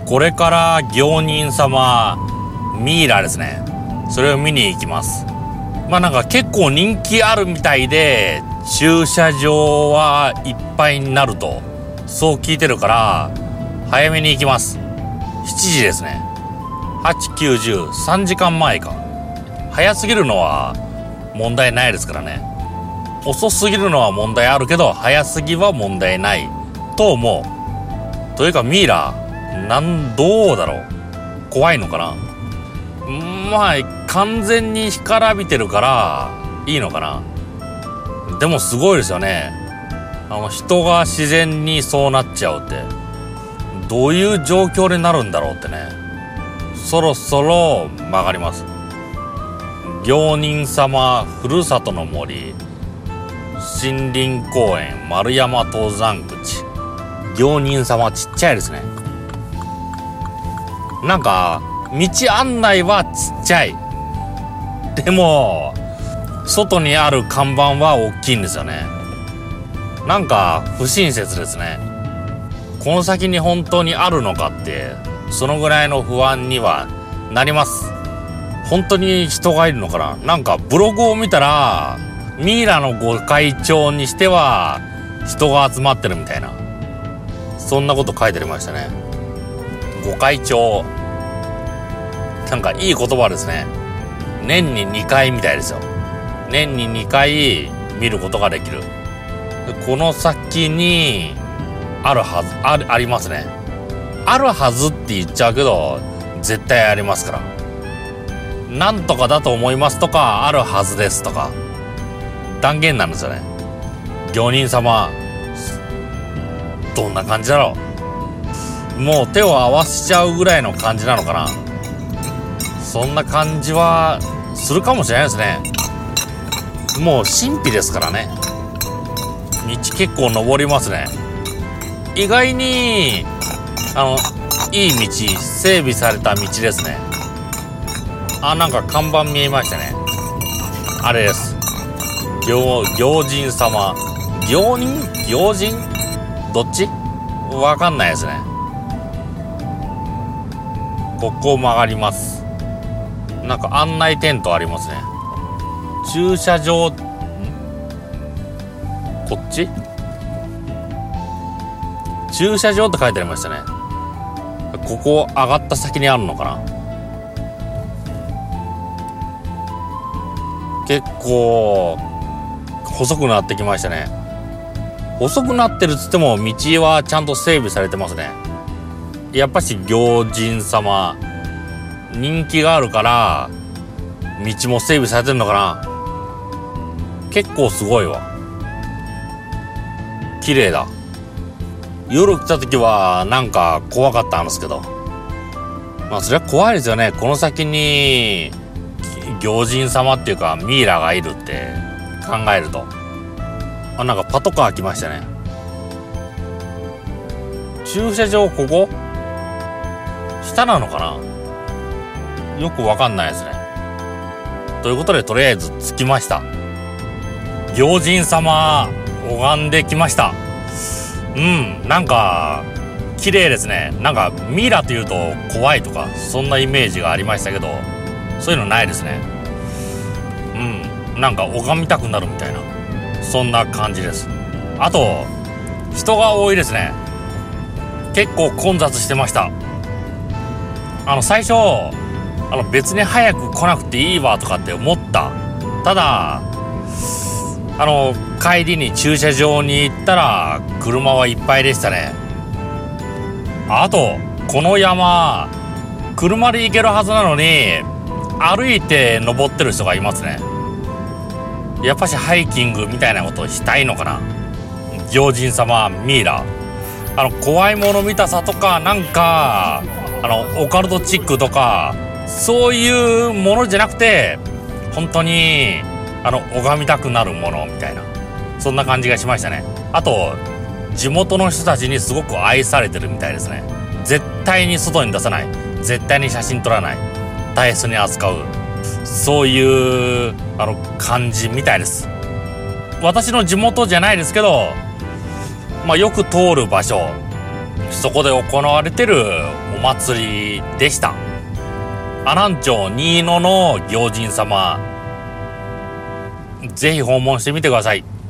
これから行人様ミイラですね、それを見に行きます。なんか結構人気あるみたいで、駐車場はいっぱいになるとそう聞いてるから早めに行きます。7時ですね。8、9、10、3時間前か。早すぎるのは問題ないですからね。遅すぎるのは問題あるけど、早すぎは問題ないと思う。というかミイラどうだろう、怖いのかな。完全に干からびてるからいいのかな。でもすごいですよね。人が自然にそうなっちゃうってどういう状況になるんだろうってね。そろそろ曲がります。行人様ふるさとの森森林公園丸山登山口。行人様ちっちゃいですね。なんか道案内はちっちゃい。でも外にある看板は大きいんですよね。なんか不親切ですね。この先に本当にあるのかってそのぐらいの不安にはなります。本当に人がいるのかな。なんかブログを見たらミイラの御開帳にしては人が集まってるみたいな、そんなこと書いてありましたね。御開帳なんかいい言葉ですね。年に2回みたいですよ。年に2回見ることができる。この先にあるはず、ありますね。あるはずって言っちゃうけど絶対ありますから。なんとかだと思いますとか、あるはずですとか断言なんですよね。行人様どんな感じだろう。もう手を合わせちゃうぐらいの感じなのかな。そんな感じはするかもしれないですね。もう神秘ですからね。道結構登りますね。意外にいい道、整備された道ですね。なんか看板見えましたね。あれです。行人様。行人どっちわかんないですね。ここ曲がります。なんか案内テントありますね。駐車場こっち駐車場って書いてありましたね。ここ上がった先にあるのかな。結構細くなってきましたね。細くなってるっつっても道はちゃんと整備されてますね。やっぱし行人様人気があるから道も整備されてるのかな。結構すごいわ。綺麗だ。夜来た時はなんか怖かったんですけど、それは怖いですよね。この先に行人様っていうかミイラがいるって考えると。なんかパトカー来ましたね。駐車場ここ下なのかな、よくわかんないですね。ということでとりあえず着きました。行人様拝んできました。なんか綺麗ですね。なんかミイラというと怖いとかそんなイメージがありましたけど、そういうのないですね。なんか拝みたくなるみたいな、そんな感じです。あと人が多いですね。結構混雑してました。最初別に早く来なくていいわとかって思った。ただ帰りに駐車場に行ったら車はいっぱいでしたね。あとこの山車で行けるはずなのに歩いて登ってる人がいますね。やっぱしハイキングみたいなことをしたいのかな。行人様ミイラ怖いもの見たさとか、なんかオカルトチックとかそういうものじゃなくて、本当に拝みたくなるものみたいな、そんな感じがしましたね。あと地元の人たちにすごく愛されてるみたいですね。絶対に外に出さない、絶対に写真撮らない、大切に扱う、そういう感じみたいです。私の地元じゃないですけど、よく通る場所、そこで行われてるお祭りでした。阿南町新野の行神様、ぜひ訪問してみてください。